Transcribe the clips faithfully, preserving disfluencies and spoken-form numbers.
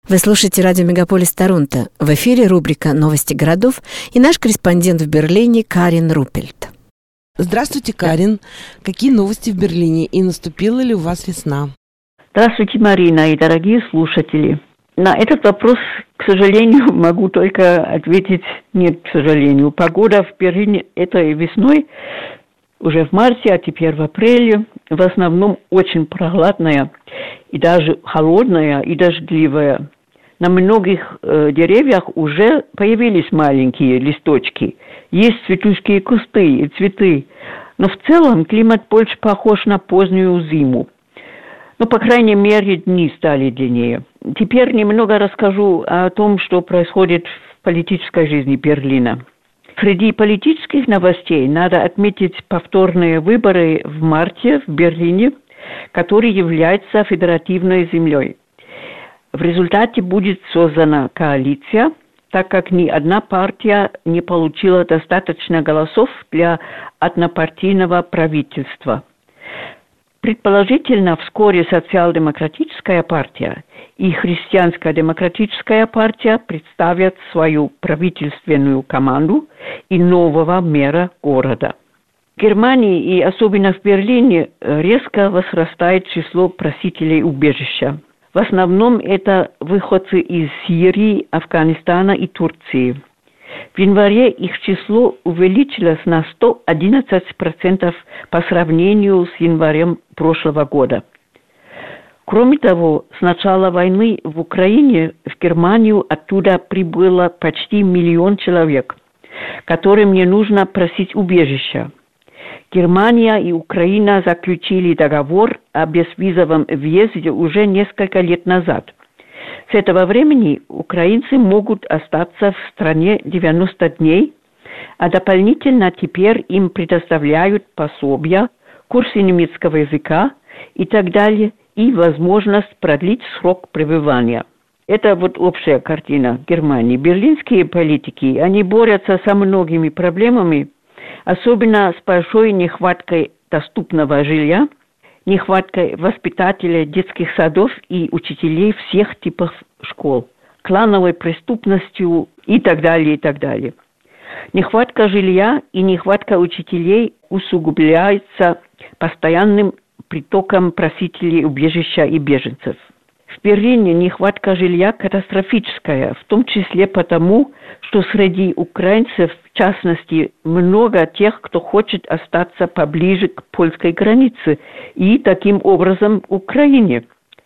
Вы слушаете радио «Мегаполис Торонто». В эфире рубрика «Новости городов» и наш корреспондент в Берлине Карин Руппельт. Здравствуйте, Карин. Какие новости в Берлине и наступила ли у вас весна? Здравствуйте, Марина и дорогие слушатели. На этот вопрос, к сожалению, могу только ответить нет, к сожалению. Погода в Берлине этой весной, уже в марте, а теперь в апреле, в основном очень прохладная и даже холодная и дождливая. На многих э, деревьях уже появились маленькие листочки. Есть цветущие кусты и цветы. Но в целом климат больше похож на позднюю зиму. Ну, по крайней мере, дни стали длиннее. Теперь немного расскажу о том, что происходит в политической жизни Берлина. Среди политических новостей надо отметить повторные выборы в марте в Берлине, который является федеративной землей. В результате будет создана коалиция, так как ни одна партия не получила достаточно голосов для однопартийного правительства. Предположительно, вскоре социал-демократическая партия и христианско-демократическая партия представят свою правительственную команду и нового мэра города. В Германии и особенно в Берлине резко возрастает число просителей убежища. В основном это выходцы из Сирии, Афганистана и Турции. В январе их число увеличилось на сто одиннадцать процентов по сравнению с январем прошлого года. Кроме того, с начала войны в Украине в Германию оттуда прибыло почти миллион человек, которым не нужно просить убежища. Германия и Украина заключили договор о безвизовом въезде уже несколько лет назад. С этого времени украинцы могут остаться в стране девяносто дней, а дополнительно теперь им предоставляют пособия, курсы немецкого языка и так далее, и возможность продлить срок пребывания. Это вот общая картина Германии. Берлинские политики, они борются со многими проблемами, особенно с большой нехваткой доступного жилья, нехваткой воспитателей детских садов и учителей всех типов школ, клановой преступностью и так далее, и так далее. Нехватка жилья и нехватка учителей усугубляется постоянным притоком просителей убежища и беженцев. В Берлине нехватка жилья катастрофическая, в том числе потому, что среди украинцев, в частности, много тех, кто хочет остаться поближе к польской границе и таким образом к Украине.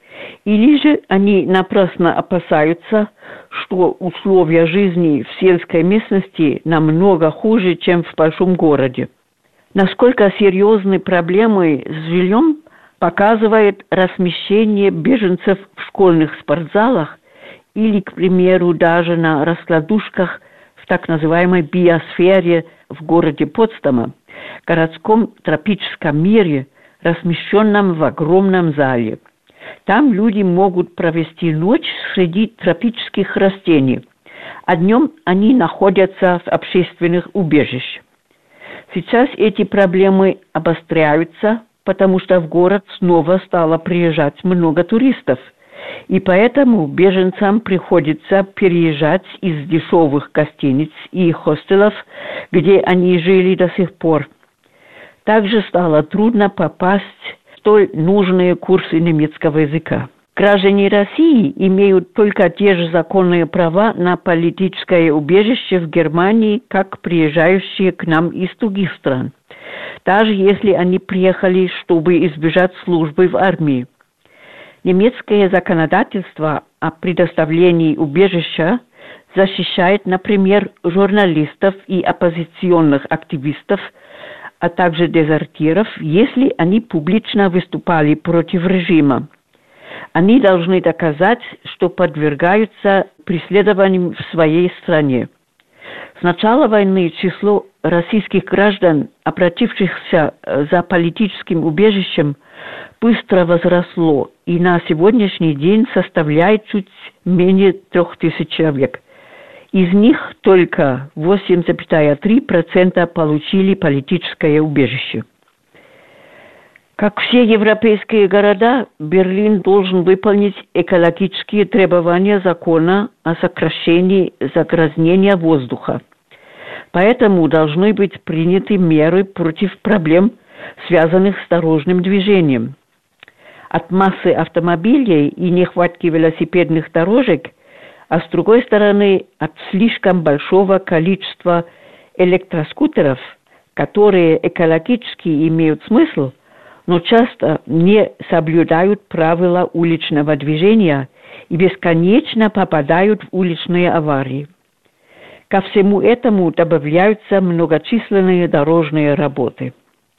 Или же они напрасно опасаются, что условия жизни в сельской местности намного хуже, чем в большом городе. Насколько серьезны проблемы с жильем, показывает размещение беженцев в школьных спортзалах или, к примеру, даже на раскладушках в так называемой биосфере в городе Потсдаме, городском тропическом мире, размещенном в огромном зале. Там люди могут провести ночь среди тропических растений, а днем они находятся в общественных убежищах. Сейчас эти проблемы обостряются, потому что в город снова стало приезжать много туристов, и поэтому беженцам приходится переезжать из дешевых гостиниц и хостелов, где они жили до сих пор. Также стало трудно попасть в столь нужные курсы немецкого языка. Граждане России имеют только те же законные права на политическое убежище в Германии, как приезжающие к нам из других стран, даже если они приехали, чтобы избежать службы в армии. Немецкое законодательство о предоставлении убежища защищает, например, журналистов и оппозиционных активистов, а также дезертиров, если они публично выступали против режима. Они должны доказать, что подвергаются преследованиям в своей стране. С начала войны число российских граждан, обратившихся за политическим убежищем, быстро возросло и на сегодняшний день составляет чуть менее трех тысяч человек. Из них только восемь целых три десятых процента получили политическое убежище. Как все европейские города, Берлин должен выполнить экологические требования закона о сокращении загрязнения воздуха. Поэтому должны быть приняты меры против проблем, связанных с дорожным движением. От массы автомобилей и нехватки велосипедных дорожек, а с другой стороны от слишком большого количества электроскутеров, которые экологически имеют смысл, но часто не соблюдают правила уличного движения и бесконечно попадают в уличные аварии. Ко всему этому добавляются многочисленные дорожные работы.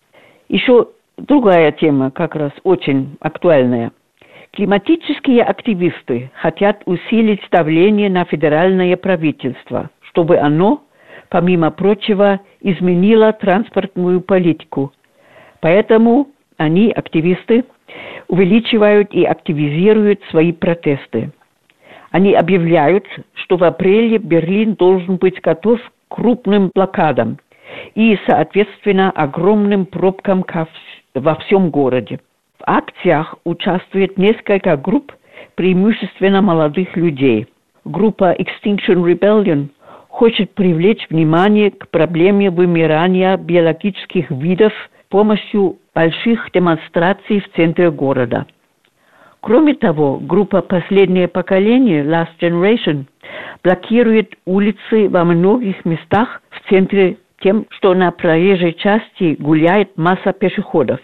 Еще другая тема, как раз очень актуальная. Климатические активисты хотят усилить давление на федеральное правительство, чтобы оно, помимо прочего, изменило транспортную политику. Поэтому они, активисты, увеличивают и активизируют свои протесты. Они объявляют, что в апреле Берлин должен быть готов к крупным блокадам и, соответственно, огромным пробкам во всем городе. В акциях участвует несколько групп, преимущественно молодых людей. Группа Extinction Rebellion хочет привлечь внимание к проблеме вымирания биологических видов с помощью больших демонстраций в центре города. Кроме того, группа «Последнее поколение» Last Generation блокирует улицы во многих местах в центре тем, что на проезжей части гуляет масса пешеходов.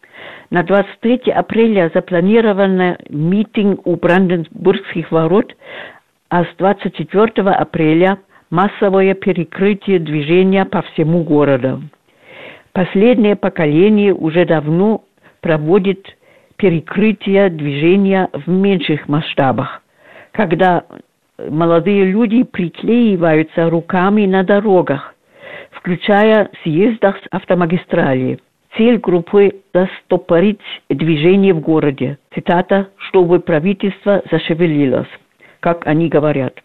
На двадцать третьего апреля запланирован митинг у Бранденбургских ворот, а с двадцать четвёртого апреля массовое перекрытие движения по всему городу. Последнее поколение уже давно проводит перекрытие движения в меньших масштабах, когда молодые люди приклеиваются руками на дорогах, включая съездах с автомагистрали. Цель группы – застопорить движение в городе. Цитата: «чтобы правительство зашевелилось», как они говорят.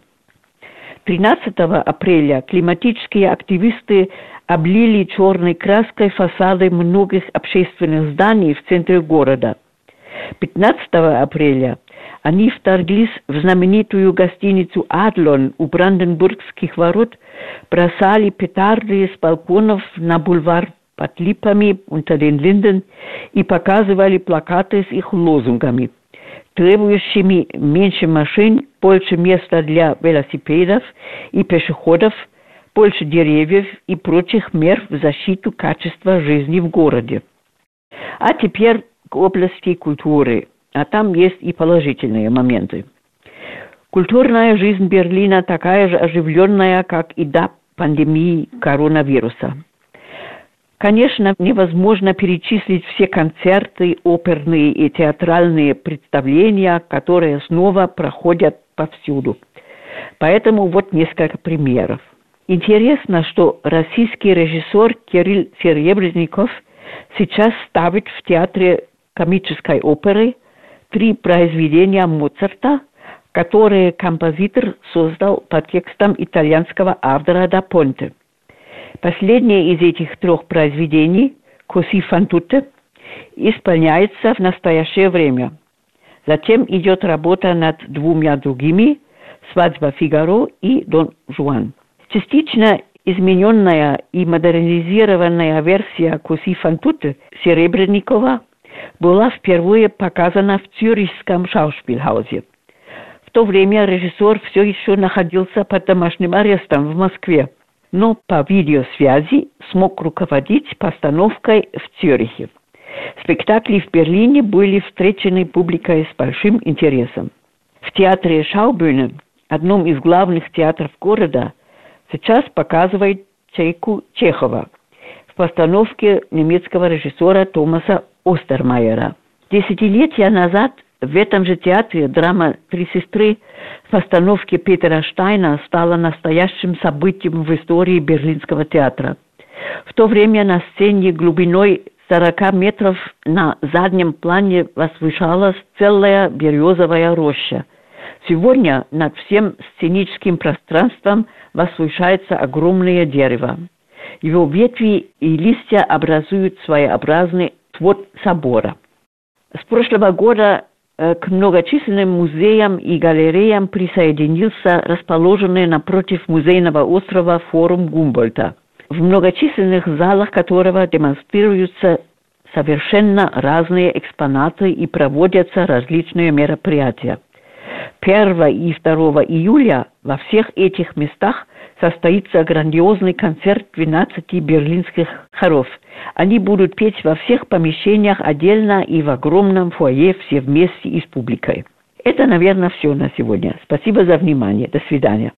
тринадцатого апреля климатические активисты облили черной краской фасады многих общественных зданий в центре города. пятнадцатого апреля они вторглись в знаменитую гостиницу «Адлон» у Бранденбургских ворот, бросали петарды с балконов на бульвар под липами unter den Linden и показывали плакаты с их лозунгами, требующими меньше машин, больше места для велосипедов и пешеходов, больше деревьев и прочих мер в защиту качества жизни в городе. А теперь к области культуры, а там есть и положительные моменты. Культурная жизнь Берлина такая же оживленная, как и до пандемии коронавируса. Конечно, невозможно перечислить все концерты, оперные и театральные представления, которые снова проходят повсюду. Поэтому вот несколько примеров. Интересно, что российский режиссер Кирилл Серебренников сейчас ставит в театре комической оперы три произведения Моцарта, которые композитор создал по текстам итальянского автора да Понте. Последнее из этих трех произведений, «Così fan tutte», исполняется в настоящее время. Затем идет работа над двумя другими «Свадьба Фигаро» и «Дон Жуан». Частично измененная и модернизированная версия «Così fan tutte» Серебренникова была впервые показана в Цюрихском шауспильхаузе. В то время режиссер все еще находился под домашним арестом в Москве, но по видеосвязи смог руководить постановкой в Цюрихе. Спектакли в Берлине были встречены публикой с большим интересом. В театре Schaubühne, одном из главных театров города, сейчас показывают «Чайку» Чехова в постановке немецкого режиссера Томаса Остермайера. Десятилетия назад в этом же театре драма «Три сестры» в постановке Петера Штайна стала настоящим событием в истории Берлинского театра. В то время на сцене глубиной сорок метров на заднем плане возвышалась целая березовая роща. Сегодня над всем сценическим пространством возвышается огромное дерево. Его ветви и листья образуют своеобразный свод собора. С прошлого года к многочисленным музеям и галереям присоединился расположенный напротив музейного острова форум Гумбольдта, в многочисленных залах которого демонстрируются совершенно разные экспонаты и проводятся различные мероприятия. первого и второго июля во всех этих местах состоится грандиозный концерт двенадцати берлинских хоров. Они будут петь во всех помещениях отдельно и в огромном фойе все вместе и с публикой. Это, наверное, все на сегодня. Спасибо за внимание. До свидания.